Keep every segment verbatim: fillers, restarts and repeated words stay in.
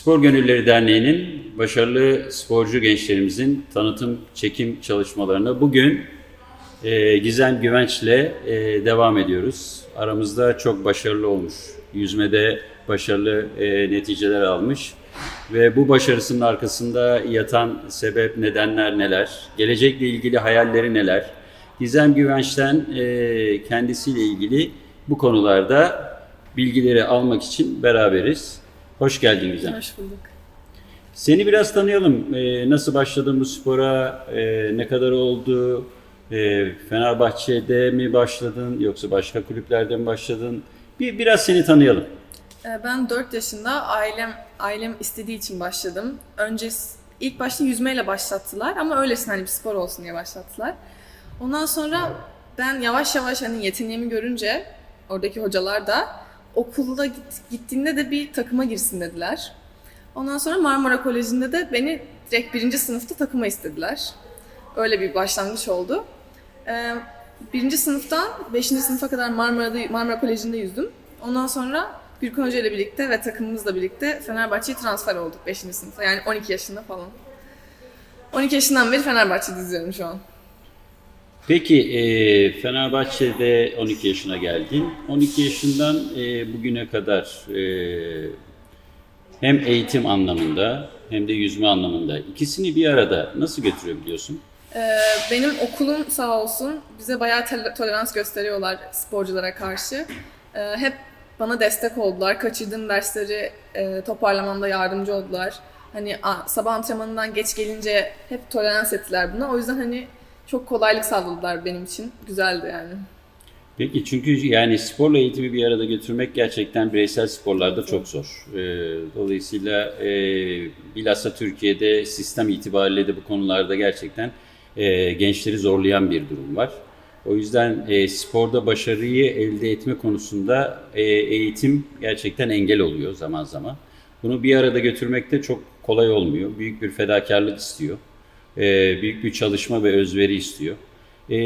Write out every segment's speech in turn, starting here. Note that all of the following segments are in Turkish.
Spor Gönülleri Derneği'nin başarılı sporcu gençlerimizin tanıtım, çekim çalışmalarına bugün e, Gizem Güvenç'le e, devam ediyoruz. Aramızda çok başarılı olmuş, yüzmede başarılı e, neticeler almış ve bu başarısının arkasında yatan sebep, nedenler neler, gelecekle ilgili hayalleri neler? Gizem Güvenç'ten e, kendisiyle ilgili bu konularda bilgileri almak için beraberiz. Hoş geldin Gizem. Hoş bulduk. Seni biraz tanıyalım. Ee, nasıl başladın bu spora? Ee, ne kadar oldu? Ee, Fenerbahçe'de mi başladın yoksa başka kulüplerde mi başladın? Bir biraz seni tanıyalım. Ben dört yaşında ailem ailem istediği için başladım. Önce ilk başta yüzmeyle başlattılar ama öylesine hani bir spor olsun diye başlattılar. Ondan sonra ben yavaş yavaş hani yeteneğimi görünce oradaki hocalar da okulda git, gittiğimde de bir takıma girsin dediler. Ondan sonra Marmara Koleji'nde de beni direkt birinci sınıfta takıma istediler. Öyle bir başlangıç oldu. Ee, birinci sınıftan beşinci sınıfa kadar Marmara'da, Marmara Koleji'nde yüzdüm. Ondan sonra Gürkan Hoca ile birlikte ve takımımızla birlikte Fenerbahçe'ye transfer olduk beşinci sınıfa. Yani on iki yaşında falan. on iki yaşından beri Fenerbahçe'de yüzüyorum şu an. Peki e, Fenerbahçe'de on iki yaşına geldin. on iki yaşından e, bugüne kadar e, hem eğitim anlamında hem de yüzme anlamında ikisini bir arada nasıl götürebiliyorsun? Ee, benim okulum sağ olsun bize bayağı tolerans gösteriyorlar sporculara karşı. Ee, hep bana destek oldular. Kaçırdığım dersleri e, toparlamamda yardımcı oldular. Hani a, sabah antrenmanından geç gelince hep tolerans ettiler buna. O yüzden hani çok kolaylık sağladılar benim için. Güzeldi yani. Peki çünkü yani sporla eğitimi bir arada götürmek gerçekten bireysel sporlarda çok zor. Ee, dolayısıyla e, bilhassa Türkiye'de sistem itibariyle de bu konularda gerçekten e, gençleri zorlayan bir durum var. O yüzden e, sporda başarıyı elde etme konusunda e, eğitim gerçekten engel oluyor zaman zaman. Bunu bir arada götürmek de çok kolay olmuyor. Büyük bir fedakarlık istiyor. E, büyük bir çalışma ve özveri istiyor. E,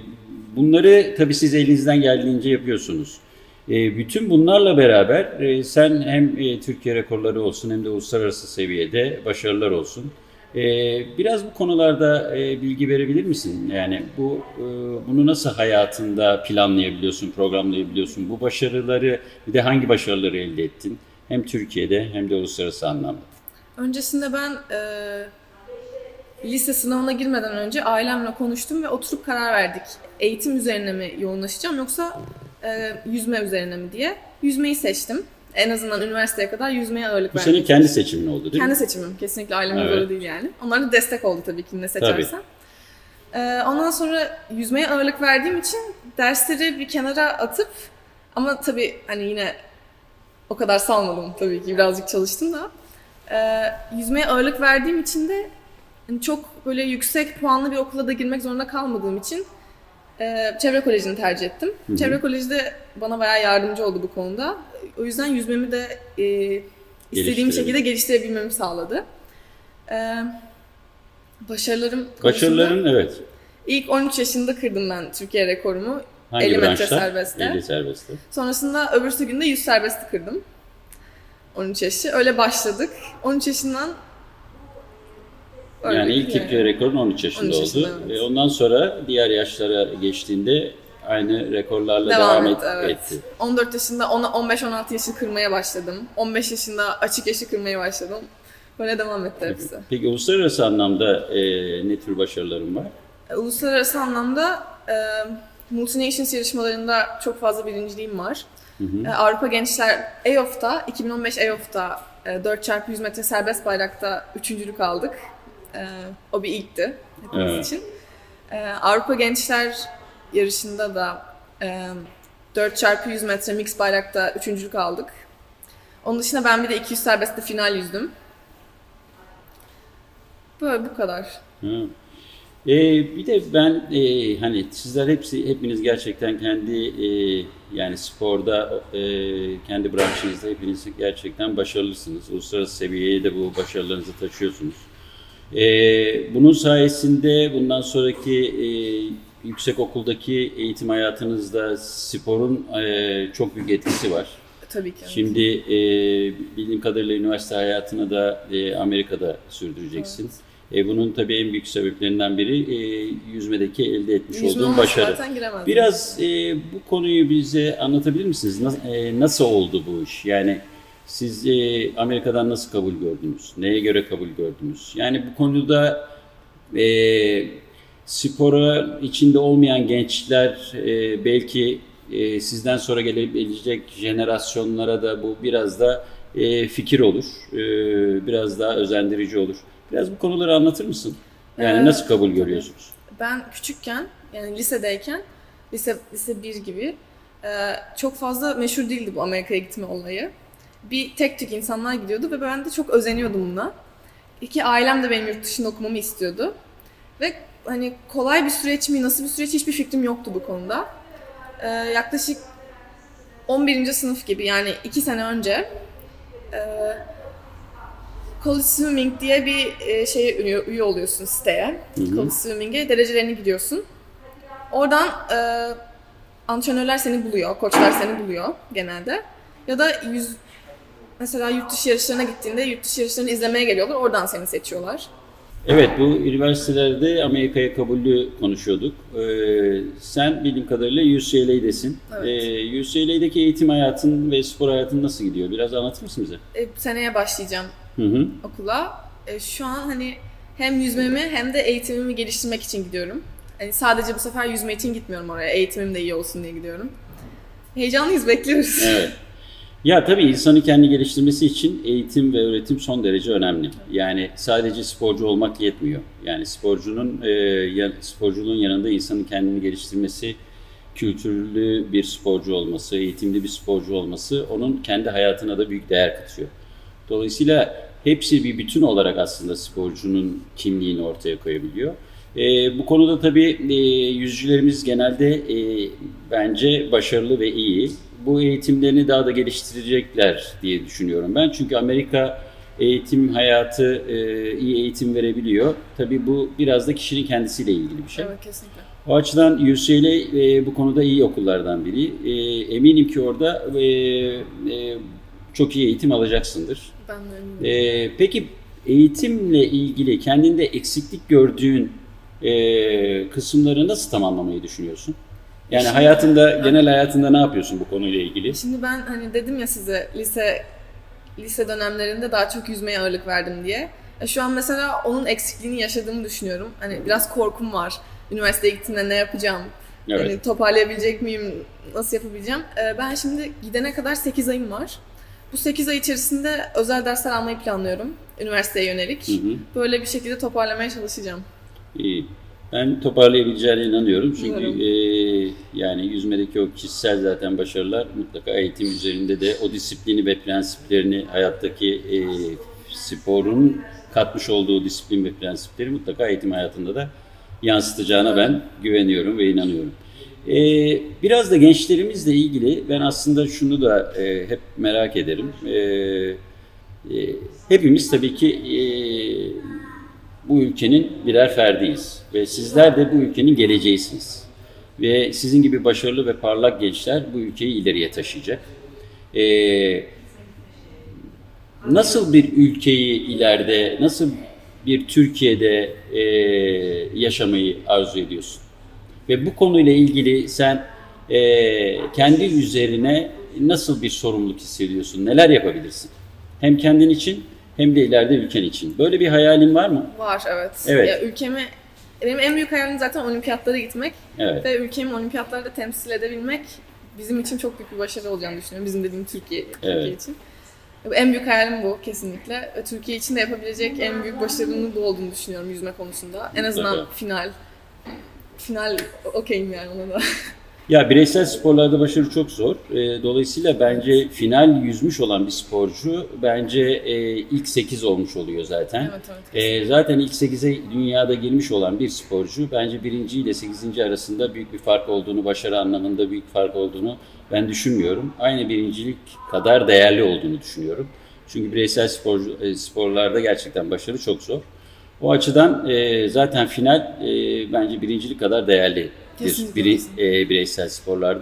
bunları tabii siz elinizden geldiğince yapıyorsunuz. E, bütün bunlarla beraber e, sen hem e, Türkiye rekorları olsun hem de uluslararası seviyede başarılar olsun. E, biraz bu konularda e, bilgi verebilir misin? Yani bu e, bunu nasıl hayatında planlayabiliyorsun, programlayabiliyorsun? Bu başarıları, bir de hangi başarıları elde ettin? Hem Türkiye'de hem de uluslararası anlamda. Öncesinde ben e, lise sınavına girmeden önce ailemle konuştum ve oturup karar verdik. Eğitim üzerine mi yoğunlaşacağım yoksa e, yüzme üzerine mi diye. Yüzmeyi seçtim. En azından üniversiteye kadar yüzmeye ağırlık verdim. Bu senin kendi seçimin oldu değil kendi mi? Kendi seçimim. Kesinlikle ailemin Evet. zoru değil yani. Onlar da destek oldu tabii ki ne seçersem. E, ondan sonra yüzmeye ağırlık verdiğim için dersleri bir kenara atıp ama tabii hani yine o kadar salmadım tabii ki. Birazcık çalıştım da. E, yüzmeye ağırlık verdiğim için de yani çok böyle yüksek puanlı bir okula da girmek zorunda kalmadığım için e, çevre kolejini tercih ettim. Hı hı. Çevre koleji de bana bayağı yardımcı oldu bu konuda. O yüzden yüzmemi de e, istediğim şekilde geliştirebilmemi sağladı. E, başarılarım Başarıların evet. İlk on üç yaşında kırdım ben Türkiye rekorumu. Hangi elli metre branşta? serbestte. elli serbestte. Sonrasında öbürsü günde yüz serbestte kırdım. on üç yaşı. Öyle başladık. on üç yaşından Öyle yani ilk Türkiye yani. Rekorun on üç yaşında on üç oldu. Yaşında, evet. Ve ondan sonra diğer yaşlara geçtiğinde aynı rekorlarla devam, devam et, evet. etti. on dört yaşında on beş on altı yaşı kırmaya başladım. on beş yaşında açık yaşı kırmaya başladım. Böyle devam etti hepsi. Peki uluslararası anlamda e, ne tür başarıların var? Uluslararası anlamda e, Multinations yarışmalarında çok fazla birinciliğim var. Hı hı. E, Avrupa Gençler E O F'ta, iki bin on beş E O F'ta e, dört çarpı yüz metre serbest bayrakta üçüncülük aldık. Ee, o bir ilkti hepimiz evet. için. Ee, Avrupa Gençler yarışında da e, dört çarpı yüz metre mix bayrakta üçüncülük aldık. Onun dışında ben bir de iki yüz serbestte final yüzdüm. Böyle bu kadar. Hı. Ee, bir de ben e, hani sizler hepsi hepiniz gerçekten kendi e, yani sporda e, kendi branşınızda hepiniz gerçekten başarılısınız. Uluslararası seviyeye de bu başarılarınızı taşıyorsunuz. Ee, bunun sayesinde bundan sonraki e, yüksek okuldaki eğitim hayatınızda sporun e, çok büyük etkisi var. tabii ki. Evet. Şimdi e, bildiğim kadarıyla üniversite hayatını da e, Amerika'da sürdüreceksin. Evet. E, bunun tabii en büyük sebeplerinden biri e, yüzmedeki elde etmiş Yüzme olduğun başarı. Biraz e, bu konuyu bize anlatabilir misiniz? Nasıl, e, nasıl oldu bu iş? Yani siz e, Amerika'dan nasıl kabul gördünüz? Neye göre kabul gördünüz? Yani bu konuda e, spora içinde olmayan gençler e, belki e, sizden sonra gelebilecek jenerasyonlara da bu biraz da e, fikir olur. E, biraz daha özendirici olur. Biraz bu konuları anlatır mısın? Yani ee, nasıl kabul görüyorsunuz? Ben küçükken, yani lisedeyken, lise lise bir gibi e, çok fazla meşhur değildi bu Amerika'ya gitme olayı. Bir tek tük insanlar gidiyordu ve ben de çok özeniyordum buna. İki ailem de benim yurt dışında okumamı istiyordu. Ve hani kolay bir süreç mi, nasıl bir süreç hiçbir fikrim yoktu bu konuda. Ee, yaklaşık on birinci sınıf gibi, yani iki sene önce e, College Swimming diye bir e, şeye üye, üye oluyorsun siteye. Hı hı. College Swimming'e derecelerini gidiyorsun. Oradan e, antrenörler seni buluyor, koçlar seni buluyor genelde. Ya da yüz, mesela yurt dışı yarışlarına gittiğinde yurt dışı yarışlarını izlemeye geliyorlar, oradan seni seçiyorlar. Evet, bu üniversitelerde Amerika'ya kabulü konuşuyorduk. Ee, sen bildiğim kadarıyla U C L A'desin. Evet. Ee, U C L A'deki eğitim hayatın ve spor hayatın nasıl gidiyor? Biraz anlatır mısın bize? E, seneye başlayacağım hı hı. okula. E, şu an hani hem yüzmemi hem de eğitimimi geliştirmek için gidiyorum. Yani sadece bu sefer yüzme için gitmiyorum oraya. Eğitimim de iyi olsun diye gidiyorum. Heyecanlıyız, bekliyoruz. Evet. Ya tabii insanı kendi geliştirmesi için eğitim ve öğretim son derece önemli. Yani sadece sporcu olmak yetmiyor. Yani sporcunun e, sporculuğun yanında insanın kendini geliştirmesi, kültürlü bir sporcu olması, eğitimli bir sporcu olması onun kendi hayatına da büyük değer katıyor. Dolayısıyla hepsi bir bütün olarak aslında sporcunun kimliğini ortaya koyabiliyor. E, bu konuda tabii e, yüzücülerimiz genelde e, bence başarılı ve iyi. Bu eğitimlerini daha da geliştirecekler diye düşünüyorum ben. Çünkü Amerika eğitim hayatı e, iyi eğitim verebiliyor. Tabii bu biraz da kişinin kendisiyle ilgili bir şey. Evet, kesinlikle. O açıdan U C L A e, bu konuda iyi okullardan biri. E, eminim ki orada e, e, çok iyi eğitim alacaksındır. Ben de eminim. E, peki eğitimle ilgili kendinde eksiklik gördüğün e, kısımları nasıl tamamlamayı düşünüyorsun? Yani şimdi, hayatında, ben, genel hayatında ne yapıyorsun bu konuyla ilgili? Şimdi ben hani dedim ya size lise lise dönemlerinde daha çok yüzmeye ağırlık verdim diye. Şu an mesela onun eksikliğini yaşadığımı düşünüyorum. Hani biraz korkum var. Üniversiteye gittiğimde ne yapacağım? Evet. Yani toparlayabilecek miyim? Nasıl yapabileceğim? Ben şimdi gidene kadar sekiz ayım var. Bu sekiz ay içerisinde özel dersler almayı planlıyorum. Üniversiteye yönelik. Hı hı. Böyle bir şekilde toparlamaya çalışacağım. İyi. Ben toparlayabileceğine inanıyorum. Çünkü e, yani yüzmedeki o kişisel zaten başarılar mutlaka eğitim üzerinde de o disiplini ve prensiplerini, hayattaki e, sporun katmış olduğu disiplin ve prensipleri mutlaka eğitim hayatında da yansıtacağına ben güveniyorum ve inanıyorum. E, biraz da gençlerimizle ilgili ben aslında şunu da e, hep merak ederim. E, e, hepimiz tabii ki e, bu ülkenin birer ferdiyiz ve sizler de bu ülkenin geleceğisiniz. Ve sizin gibi başarılı ve parlak gençler bu ülkeyi ileriye taşıyacak. Ee, nasıl bir ülkeyi ileride, nasıl bir Türkiye'de e, yaşamayı arzu ediyorsun? Ve bu konuyla ilgili sen e, kendi üzerine nasıl bir sorumluluk hissediyorsun? Neler yapabilirsin? Hem kendin için hem de ileride ülken için. Böyle bir hayalin var mı? Var, evet. Evet. Ya ülkemi, benim en büyük hayalim zaten olimpiyatlara gitmek. Evet. Ve ülkemi olimpiyatlarda temsil edebilmek bizim için çok büyük bir başarı olacağını düşünüyorum. Bizim dediğim Türkiye, Türkiye evet. için. En büyük hayalim bu kesinlikle. Ve Türkiye için de yapabilecek en büyük başarının bu olduğunu düşünüyorum yüzme konusunda. En azından evet. final. Final okeyim yani ona da. Ya bireysel sporlarda başarı çok zor. E, dolayısıyla bence final yüzmüş olan bir sporcu bence e, ilk sekiz olmuş oluyor zaten. Evet, evet, e, zaten ilk sekize dünyada girmiş olan bir sporcu bence birinci ile sekizinci arasında büyük bir fark olduğunu, başarı anlamında büyük fark olduğunu ben düşünmüyorum. Aynı birincilik kadar değerli olduğunu düşünüyorum. Çünkü bireysel sporcu, e, sporlarda gerçekten başarı çok zor. O açıdan e, zaten final e, bence birincilik kadar değerli bir biri, e, bireysel sporlarda.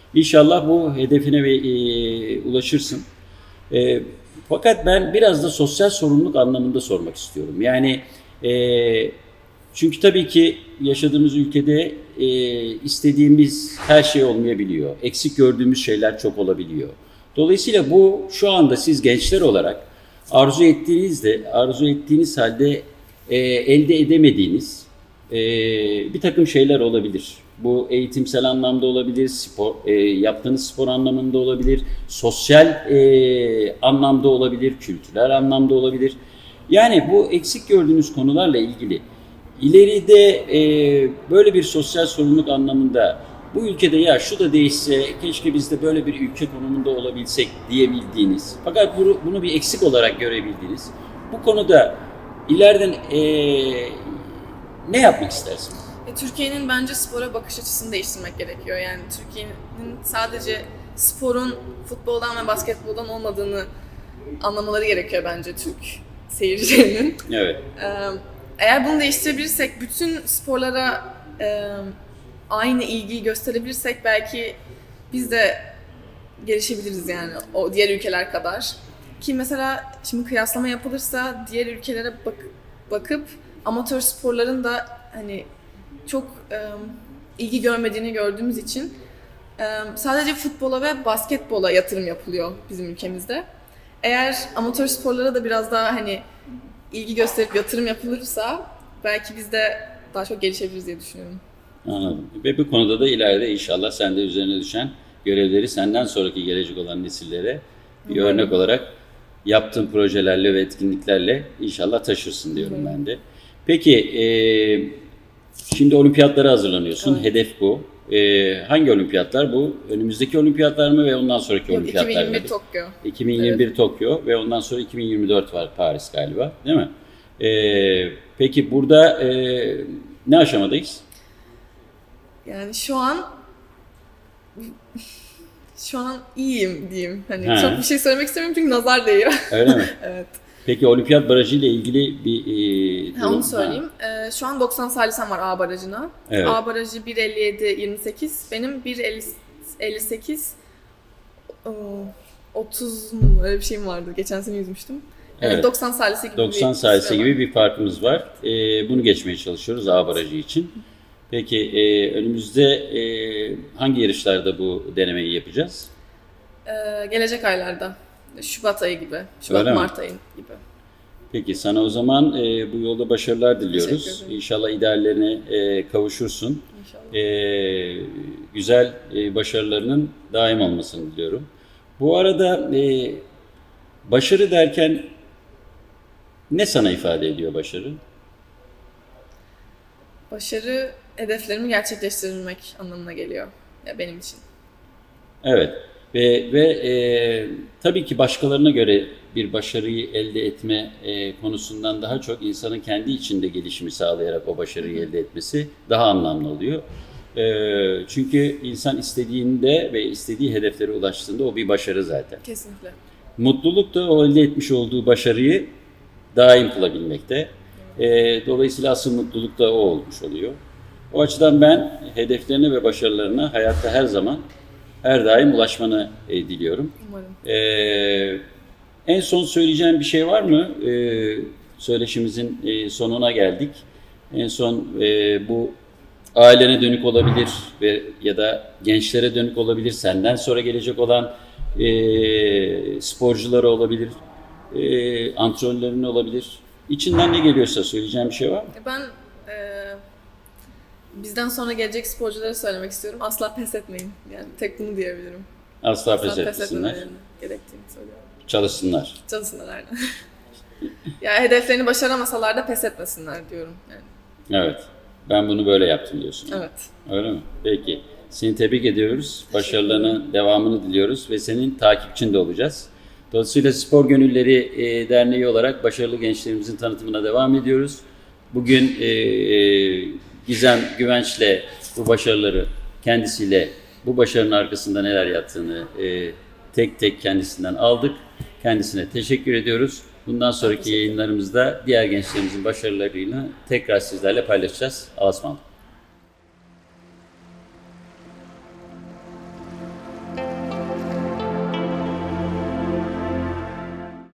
İnşallah bu hedefine ve e, ulaşırsın. E, fakat ben biraz da sosyal sorumluluk anlamında sormak istiyorum. Yani e, çünkü tabii ki yaşadığımız ülkede e, istediğimiz her şey olmayabiliyor. Eksik gördüğümüz şeyler çok olabiliyor. Dolayısıyla bu şu anda siz gençler olarak arzu ettiğinizde, arzu ettiğiniz halde e, elde edemediğiniz e, bir takım şeyler olabilir. Bu eğitimsel anlamda olabilir, spor e, yaptığınız spor anlamında olabilir, sosyal e, anlamda olabilir, kültürel anlamda olabilir. Yani bu eksik gördüğünüz konularla ilgili ileride e, böyle bir sosyal sorumluluk anlamında bu ülkede ya şu da değişse keşke biz de böyle bir ülke konumunda olabilsek diyebildiğiniz fakat bunu, bunu bir eksik olarak görebildiğiniz bu konuda ileriden e, ne yapmak istersin? E, Türkiye'nin bence spora bakış açısını değiştirmek gerekiyor. Yani Türkiye'nin sadece sporun futboldan ve basketboldan olmadığını anlamaları gerekiyor bence Türk seyircilerinin. Evet. Ee, eğer bunu değiştirebilirsek, bütün sporlara e, aynı ilgiyi gösterebilirsek belki biz de gelişebiliriz yani o diğer ülkeler kadar. Ki mesela şimdi kıyaslama yapılırsa diğer ülkelere bak, bakıp amatör sporların da hani çok e, ilgi görmediğini gördüğümüz için e, sadece futbola ve basketbola yatırım yapılıyor bizim ülkemizde. Eğer amatör sporlara da biraz daha hani ilgi gösterip yatırım yapılırsa belki biz de daha çok gelişebiliriz diye düşünüyorum. Anladım. Ve bu konuda da ileride inşallah sen de üzerine düşen görevleri senden sonraki gelecek olan nesillere bir Hı-hı. örnek olarak yaptığın projelerle ve etkinliklerle inşallah taşırsın diyorum Hı-hı. ben de. Peki e, şimdi olimpiyatlara hazırlanıyorsun. Evet. Hedef bu. E, hangi olimpiyatlar bu? Önümüzdeki olimpiyatlar mı ve ondan sonraki Yok, olimpiyatlar mı? iki bin yirmi bir Tokyo. iki bin yirmi bir evet. Tokyo ve ondan sonra iki bin yirmi dört var Paris galiba, değil mi? E, peki burada e, ne aşamadayız? Yani şu an şu an iyiyim diyeyim. Hani He. çok bir şey söylemek istemiyorum çünkü nazar değiyor. Öyle mi? Evet. Peki olimpiyat barajı ile ilgili bir e, ha, onu söyleyeyim. Ee, şu an doksan salisem var A barajına. Evet. A barajı bir elli yedi yirmi sekiz. Benim bir elli sekiz otuz mu öyle bir şeyim vardı. Geçen sene yüzmüştüm. Evet. doksan salise gibi doksan bir salise gibi bir farkımız var. Ee, bunu geçmeye çalışıyoruz A barajı için. Peki e, önümüzde e, hangi yarışlarda bu denemeyi yapacağız? Ee, gelecek aylarda. Şubat ayı gibi. Şubat-Mart ayı gibi. Peki sana o zaman e, bu yolda başarılar diliyoruz. İnşallah ideallerine e, kavuşursun. İnşallah. E, güzel e, başarılarının daim olmasını diliyorum. Bu arada e, başarı derken ne sana ifade ediyor başarı? Başarı hedeflerimi gerçekleştirmek anlamına geliyor ya benim için. Evet ve ve e, tabii ki başkalarına göre bir başarıyı elde etme e, konusundan daha çok insanın kendi içinde gelişimi sağlayarak o başarıyı Hı-hı. elde etmesi daha anlamlı oluyor. E, çünkü insan istediğinde ve istediği hedeflere ulaştığında o bir başarı zaten. Kesinlikle. Mutluluk da o elde etmiş olduğu başarıyı daim kılabilmekte. E, dolayısıyla asıl mutluluk da o olmuş oluyor. O açıdan ben hedeflerine ve başarılarına hayatta her zaman, her daim ulaşmanı e, diliyorum. Umarım. E, en son söyleyeceğim bir şey var mı? E, söyleşimizin e, sonuna geldik. En son e, bu ailene dönük olabilir ve ya da gençlere dönük olabilir, senden sonra gelecek olan e, sporculara olabilir, e, antrenörlerine olabilir. İçinden ne geliyorsa söyleyeceğim bir şey var mı? Ben e, bizden sonra gelecek sporculara söylemek istiyorum. Asla pes etmeyin. Yani tek bunu diyebilirim. Asla, Asla pes, pes etmemeleri gerektiğini söylüyorum. Çalışsınlar. Çalışsınlar aynen. Yani hedeflerini başaramasalar da pes etmesinler diyorum. Yani. Evet. Ben bunu böyle yaptım diyorsun. Evet. Öyle mi? Peki. Seni tebrik ediyoruz. Başarılarının devamını diliyoruz ve senin takipçin de olacağız. Dolayısıyla Spor Gönülleri e, Derneği olarak başarılı gençlerimizin tanıtımına devam ediyoruz. Bugün e, e, Gizem Güvenç'le bu başarıları kendisiyle, bu başarının arkasında neler yattığını e, tek tek kendisinden aldık. Kendisine teşekkür ediyoruz. Bundan sonraki yayınlarımızda diğer gençlerimizin başarılarıyla tekrar sizlerle paylaşacağız. Allah'a ısmarladık.